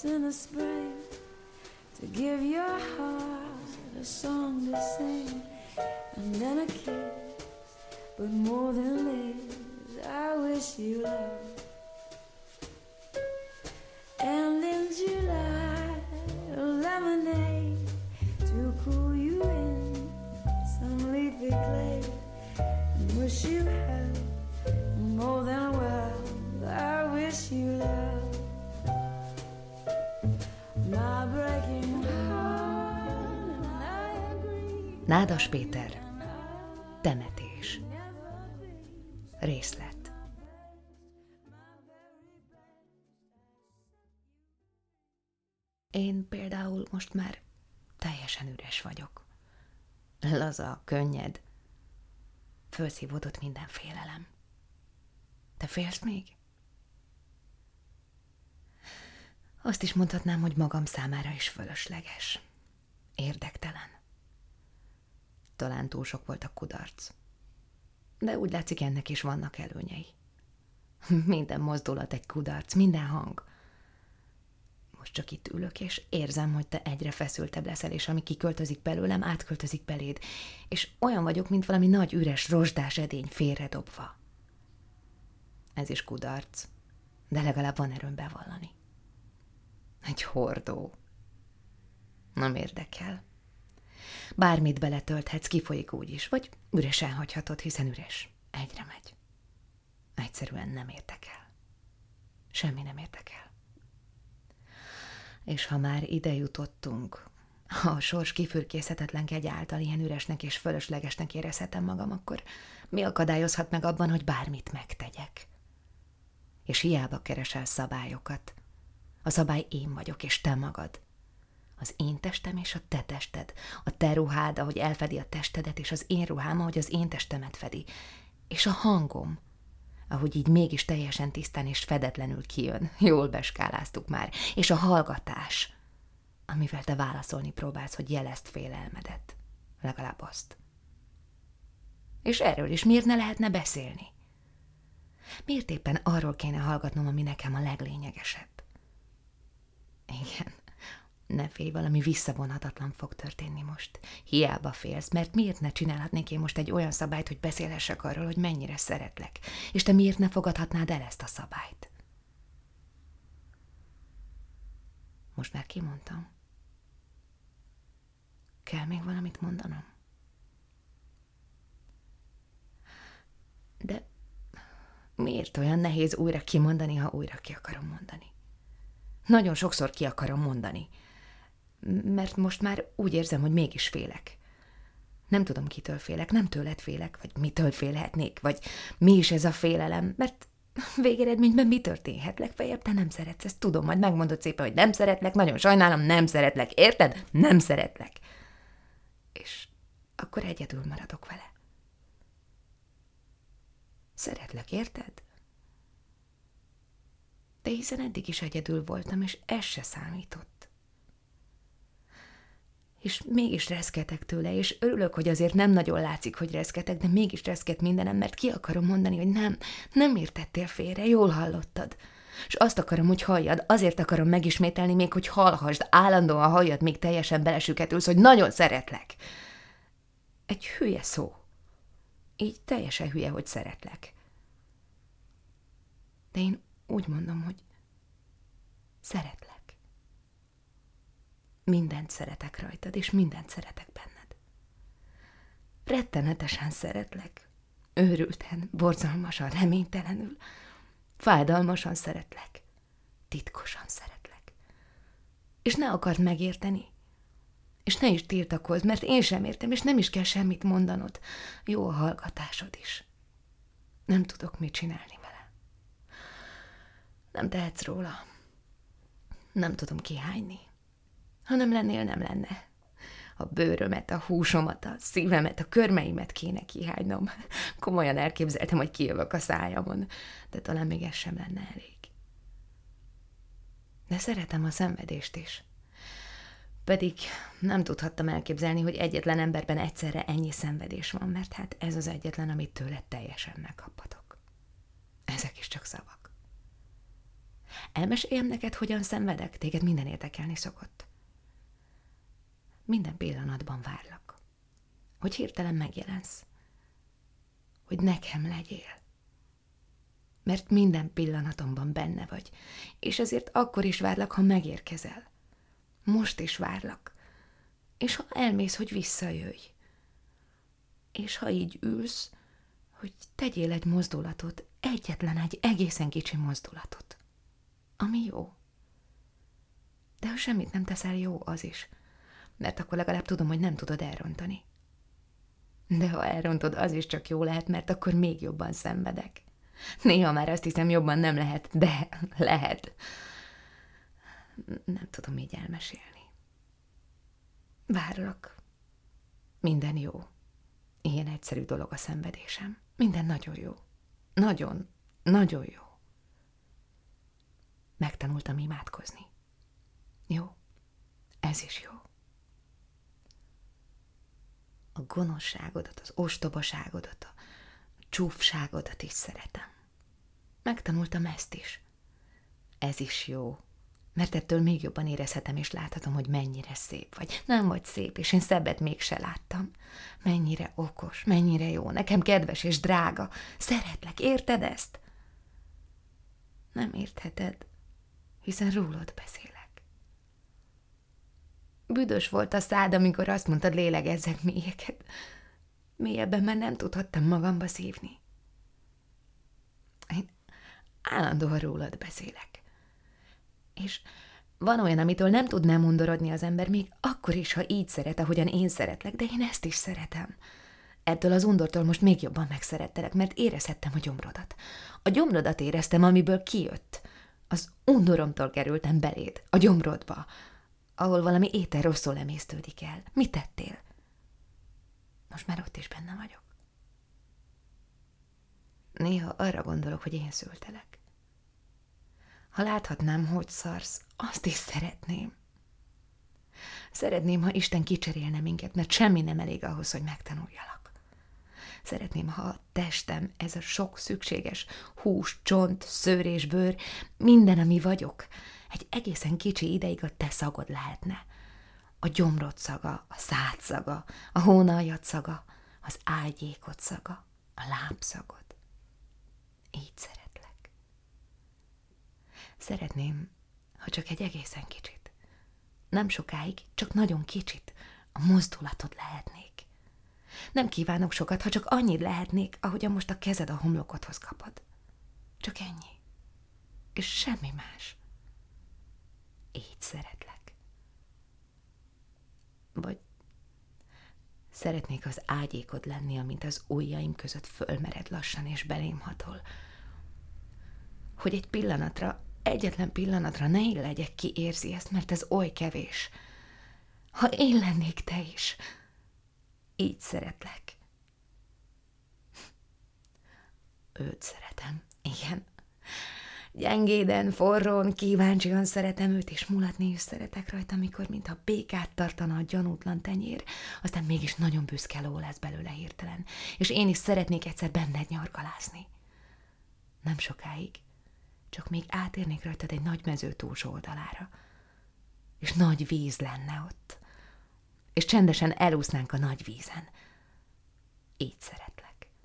in the spring, to give your heart a song to sing, and then a kiss, but more than this, I wish you love. And in July, a lemonade to cool you in some leafy glade, and wish you health more than well. I wish you love. My breaking heart, and I agree. Nádas Péter, temetés. Részlet. Én például most már teljesen üres vagyok. Laza, könnyed. Fölszívódott minden félelem. Te félsz még? Azt is mondhatnám, hogy magam számára is fölösleges. Érdektelen. Talán túl sok volt a kudarc. De úgy látszik, ennek is vannak előnyei. Minden mozdulat egy kudarc, minden hang. Most csak itt ülök, és érzem, hogy te egyre feszültebb leszel, és ami kiköltözik belőlem, átköltözik beléd, és olyan vagyok, mint valami nagy üres, rozsdás edény félredobva. Ez is kudarc, de legalább van erőm bevallani. Egy hordó. Nem érdekel. Bármit beletölthetsz, kifolyik úgyis, vagy üresen hagyhatod, hiszen üres. Egyre megy. Egyszerűen nem érdekel. Semmi nem érdekel. És ha már ide jutottunk, ha a sors kifürkészhetetlen kegy által ilyen üresnek és fölöslegesnek érezhetem magam, akkor mi akadályozhat meg abban, hogy bármit megtegyek? És hiába keresel szabályokat. A szabály én vagyok, és te magad. Az én testem és a te tested. A te ruhád, ahogy elfedi a testedet, és az én ruhám, ahogy az én testemet fedi. És a hangom, ahogy így mégis teljesen tisztán és fedetlenül kijön. Jól beskáláztuk már. És a hallgatás, amivel te válaszolni próbálsz, hogy jelezd félelmedet. Legalább azt. És erről is miért ne lehetne beszélni? Miért éppen arról kéne hallgatnom, ami nekem a leglényegesebb? Igen, ne félj, valami visszavonhatatlan fog történni most. Hiába félsz, mert miért ne csinálhatnék én most egy olyan szabályt, hogy beszélhessek arról, hogy mennyire szeretlek, és te miért ne fogadhatnád el ezt a szabályt? Most már kimondtam. Kell még valamit mondanom? De miért olyan nehéz újra kimondani, ha újra ki akarom mondani? Nagyon sokszor ki akarom mondani, mert most már úgy érzem, hogy mégis félek. Nem tudom, kitől félek, nem tőled félek, vagy mitől félhetnék, vagy mi is ez a félelem, mert végeredményben mi történhet? Legfeljebb te nem szeretsz, ezt tudom, majd megmondod szépen, hogy nem szeretlek, nagyon sajnálom, nem szeretlek, érted? Nem szeretlek. És akkor egyedül maradok vele. Szeretlek, érted? De hiszen eddig is egyedül voltam, és ez se számított. És mégis reszketek tőle, és örülök, hogy azért nem nagyon látszik, hogy reszketek, de mégis reszket mindenem, mert ki akarom mondani, hogy nem értettél félre, jól hallottad. És azt akarom, hogy halljad, azért akarom megismételni még, hogy hallhassd, állandóan halljad, még teljesen belesüketülsz, hogy nagyon szeretlek. Egy hülye szó. Így teljesen hülye, hogy szeretlek. De én úgy mondom, hogy szeretlek. Mindent szeretek rajtad, és mindent szeretek benned. Rettenetesen szeretlek. Őrülten, borzalmasan, reménytelenül. Fájdalmasan szeretlek. Titkosan szeretlek. És ne akard megérteni. És ne is tiltakozz, mert én sem értem, és nem is kell semmit mondanod. Jó a hallgatásod is. Nem tudok mit csinálni vele. Nem tehetsz róla. Nem tudom kihányni. Ha nem lennél, nem lenne. A bőrömet, a húsomat, a szívemet, a körmeimet kéne kihánynom. Komolyan elképzeltem, hogy kijövök a szájamon, de talán még ez sem lenne elég. De szeretem a szenvedést is. Pedig nem tudhattam elképzelni, hogy egyetlen emberben egyszerre ennyi szenvedés van, mert hát ez az egyetlen, amit tőled teljesen megkaphatok. Ezek is csak szavak. Elmeséljem neked, hogyan szenvedek? Téged minden érdekelni szokott. Minden pillanatban várlak. Hogy hirtelen megjelensz. Hogy nekem legyél. Mert minden pillanatomban benne vagy, és ezért akkor is várlak, ha megérkezel. Most is várlak. És ha elmész, hogy visszajöjj. És ha így ülsz, hogy tegyél egy mozdulatot, egyetlen egy egészen kicsi mozdulatot. Ami jó. De ha semmit nem teszel, jó az is. Mert akkor legalább tudom, hogy nem tudod elrontani. De ha elrontod, az is csak jó lehet, mert akkor még jobban szenvedek. Néha már azt hiszem, jobban nem lehet, de lehet. Nem tudom így elmesélni. Várlak. Minden jó. Ilyen egyszerű dolog a szenvedésem. Minden nagyon jó. Nagyon, nagyon jó. Megtanultam imádkozni. Jó. Ez is jó. A gonoszságodat, az ostobaságodat, a csúfságodat is szeretem. Megtanultam ezt is. Ez is jó. Mert ettől még jobban érezhetem és láthatom, hogy mennyire szép vagy. Nem vagy szép, és én szebbet mégse láttam. Mennyire okos, mennyire jó, nekem kedves és drága. Szeretlek, érted ezt? Nem értheted, hiszen rólad beszélek. Büdös volt a szád, amikor azt mondtad, lélegezzek mélyeket. Mélyebben már nem tudhattam magamba szívni. Én állandóan rólad beszélek. És van olyan, amitől nem tudnám undorodni az ember, még akkor is, ha így szeret, ahogyan én szeretlek, de én ezt is szeretem. Ettől az undortól most még jobban megszerettelek, mert érezhettem a gyomrodat. A gyomrodat éreztem, amiből kijött. Az undoromtól kerültem beléd, a gyomrodba, ahol valami étel rosszul emésztődik el. Mit tettél? Most már ott is benne vagyok. Néha arra gondolok, hogy én szültelek. Ha láthatnám, hogy szarsz, azt is szeretném. Szeretném, ha Isten kicserélne minket, mert semmi nem elég ahhoz, hogy megtanuljalak. Szeretném, ha a testem, ez a sok szükséges hús, csont, szőr és bőr, minden, ami vagyok, egy egészen kicsi ideig a te szagod lehetne. A gyomrod szaga, a szád szaga, a hónaljad szaga, az ágyékod szaga, a lábszagod. Így szeretlek. Szeretném, ha csak egy egészen kicsit. Nem sokáig, csak nagyon kicsit a mozdulatod lehetnék. Nem kívánok sokat, ha csak annyit lehetnék, ahogyan most a kezed a homlokodhoz kapod. Csak ennyi. És semmi más. Így szeretlek. Vagy szeretnék az ágyékod lenni, amint az ujjaim között fölmered lassan és belém hatol. Hogy egy pillanatra, egyetlen pillanatra ne én legyek, ki érzi ezt, mert ez oly kevés. Ha én lennék te is, így szeretlek. Őt szeretem, igen. Gyengéden, forrón, kíváncsian szeretem őt, és mulatni is szeretek rajta, amikor mintha békát tartana a gyanútlan tenyér, aztán mégis nagyon büszke ló lesz belőle hirtelen, és én is szeretnék egyszer benned nyargalászni. Nem sokáig, csak még átérnék rajtad egy nagy mező túlsó oldalára, és nagy víz lenne ott, és csendesen elúsznánk a nagy vízen. Így szeretlek.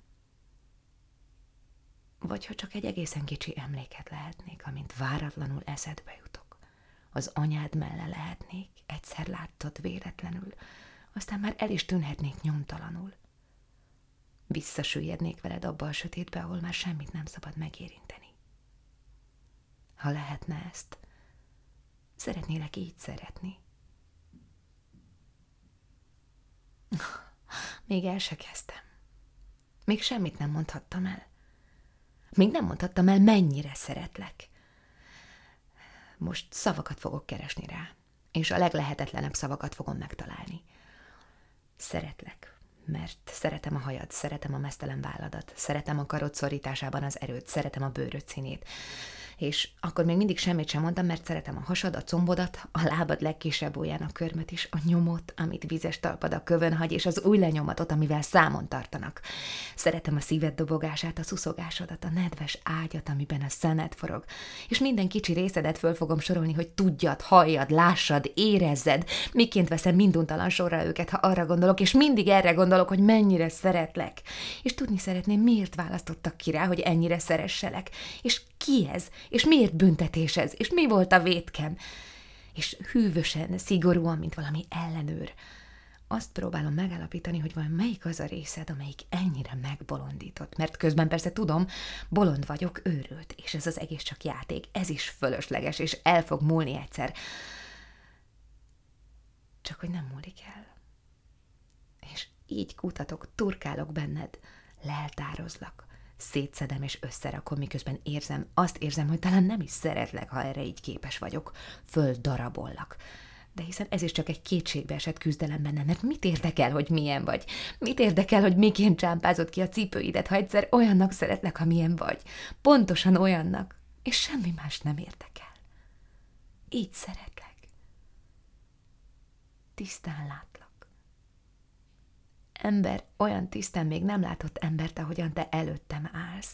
Vagy ha csak egy egészen kicsi emléket lehetnék, amint váratlanul eszedbe jutok. Az anyád melle lehetnék, egyszer láttad véletlenül, aztán már el is tűnhetnék nyomtalanul. Visszasüllyednék veled abba a sötétbe, ahol már semmit nem szabad megérinteni. Ha lehetne ezt, szeretnélek így szeretni. Még el se kezdtem. Még semmit nem mondhattam el. Még nem mondhattam el, mennyire szeretlek. Most szavakat fogok keresni rá, és a leglehetetlenebb szavakat fogom megtalálni. Szeretlek, mert szeretem a hajad, szeretem a meztelen válladat, szeretem a karod szorításában az erőt, szeretem a bőröd színét, És akkor még mindig semmit sem mondtam, mert szeretem a hasad, a combodat, a lábad legkisebb ujján a körmöt is, a nyomot, amit vízes talpad a kövön hagy, és az új lenyomatot, amivel számon tartanak. Szeretem a szíved dobogását, a szuszogásodat, a nedves ágyat, amiben a szened forog, és minden kicsi részedet föl fogom sorolni, hogy tudjad, halljad, lássad, érezzed, miként veszem minduntalan sorra őket, ha arra gondolok, és mindig erre gondolok, hogy mennyire szeretlek. És tudni szeretném, miért választottak ki rá, hogy ennyire szeresselek, és ki ez, és miért büntetés ez, és mi volt a vétkem. És hűvösen, szigorúan, mint valami ellenőr. Azt próbálom megállapítani, hogy vajon melyik az a részed, amelyik ennyire megbolondított. Mert közben persze tudom, bolond vagyok, őrült, és ez az egész csak játék, ez is fölösleges, és el fog múlni egyszer. Csak hogy nem múlik el. És így kutatok, turkálok benned, leltározlak, szétszedem és összerakom, miközben azt érzem, hogy talán nem is szeretlek, ha erre így képes vagyok, földarabollak. De hiszen ez is csak egy kétségbe esett küzdelem bennem, mert mit érdekel, hogy milyen vagy? Mit érdekel, hogy miként csámpázott ki a cipőidet, ha egyszer olyannak szeretlek, amilyen vagy? Pontosan olyannak, és semmi más nem érdekel. Így szeretlek. Tisztán látlak. Ember, olyan tisztán még nem látott embert, ahogyan te előttem állsz.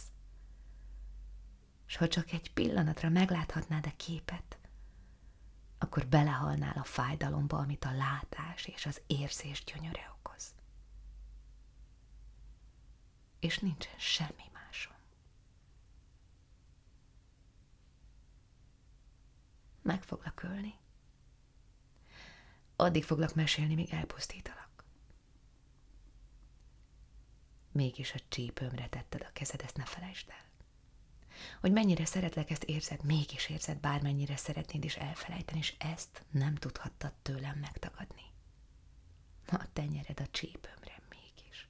S ha csak egy pillanatra megláthatnád a képet, akkor belehalnál a fájdalomba, amit a látás és az érzés gyönyöre okoz. És nincsen semmi másom. Meg foglak ölni. Addig foglak mesélni, míg elpusztítalak. Mégis a csípőmre tetted a kezed, ezt ne felejtsd el. Hogy mennyire szeretlek, ezt érzed, mégis érzed, bármennyire szeretnéd is elfelejteni, és ezt nem tudhattad tőlem megtagadni. A tenyered a csípőmre, mégis.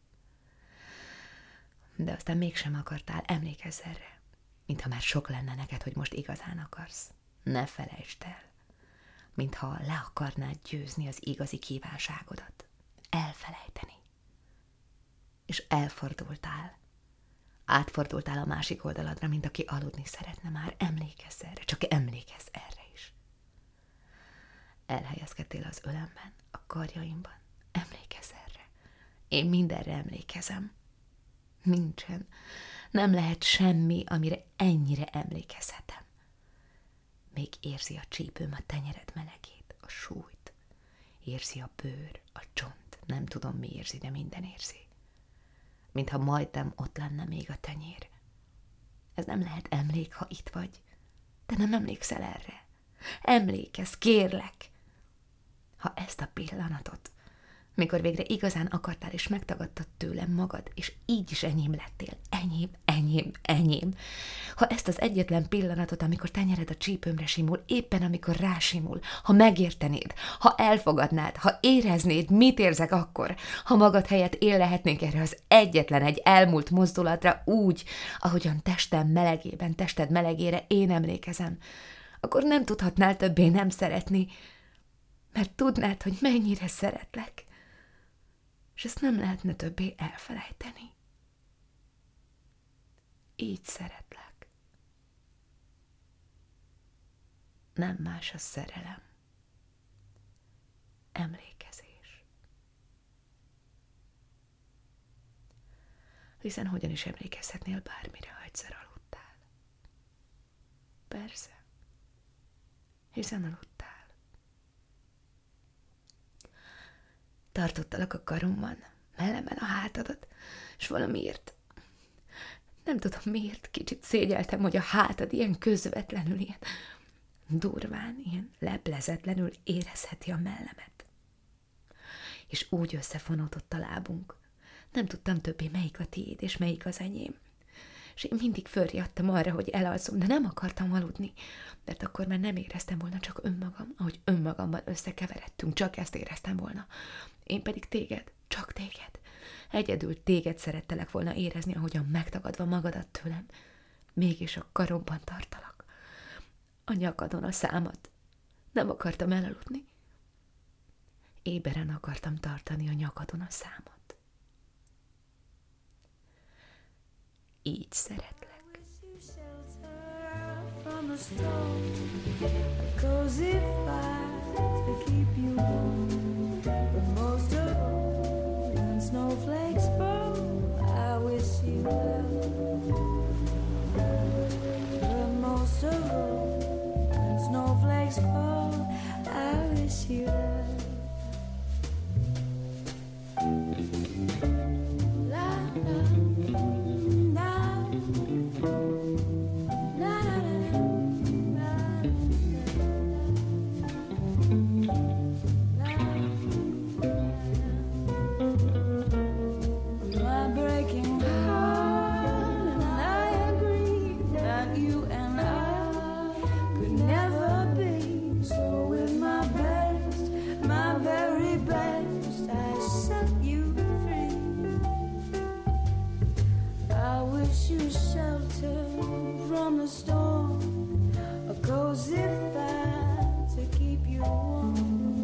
De aztán mégsem akartál, emlékezz erre, mintha már sok lenne neked, hogy most igazán akarsz. Ne felejtsd el, mintha le akarnád győzni az igazi kívánságodat. Elfelejteni. És elfordultál. Átfordultál a másik oldaladra, mint aki aludni szeretne már. Emlékezz erre, csak emlékezz erre is. Elhelyezkedtél az ölemben, a karjaimban. Emlékezz erre. Én mindenre emlékezem. Nincsen. Nem lehet semmi, amire ennyire emlékezhetem. Még érzi a csípőm a tenyered melegét, a súlyt. Érzi a bőr, a csont. Nem tudom, mi érzi, de minden érzi. Mintha majdnem ott lenne még a tenyér. Ez nem lehet emlék, ha itt vagy. Te nem emlékszel erre. Emlékezz, kérlek. Ha ezt a pillanatot, mikor végre igazán akartál és megtagadtad tőlem magad, és így is enyém lettél, enyém. Ha ezt az egyetlen pillanatot, amikor tenyered a csípőmre simul, éppen amikor rásimul, ha megértenéd, ha elfogadnád, ha éreznéd, mit érzek akkor, ha magad helyett éllehetnénk erre az egyetlen egy elmúlt mozdulatra úgy, ahogyan testem melegében, tested melegére én emlékezem, akkor nem tudhatnál többé nem szeretni, mert tudnád, hogy mennyire szeretlek, és ezt nem lehetne többé elfelejteni. Így szeretlek. Nem más a szerelem. Emlékezés. Hiszen hogyan is emlékezhetnél bármire, ha egyszer aludtál? Persze. Hiszen aludtál. Tartottalak a karomban, mellemben a hátadat, és valamiért, nem tudom miért, kicsit szégyeltem, hogy a hátad ilyen közvetlenül, ilyen durván, ilyen leplezetlenül érezheti a mellemet. És úgy összefonódott a lábunk. Nem tudtam többé, melyik a tiéd, és melyik az enyém. És én mindig fölriadtam arra, hogy elalszom, de nem akartam aludni, mert akkor már nem éreztem volna csak önmagam, ahogy önmagamban összekeveredtünk, csak ezt éreztem volna. Én pedig téged, csak téged. Egyedül téged szerettelek volna érezni, ahogyan megtagadva magadat tőlem. Mégis a karomban tartalak. A nyakadon a számat. Nem akartam elaludni. Éberen akartam tartani a nyakadon a számat. Így szeretlek. from the storm, a cozy fire to keep you warm. But most of all, when snowflakes fall, I wish you well. But most of all, when snowflakes fall, I wish you well.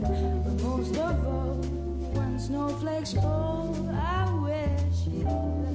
Snowflakes fall, I wish you well.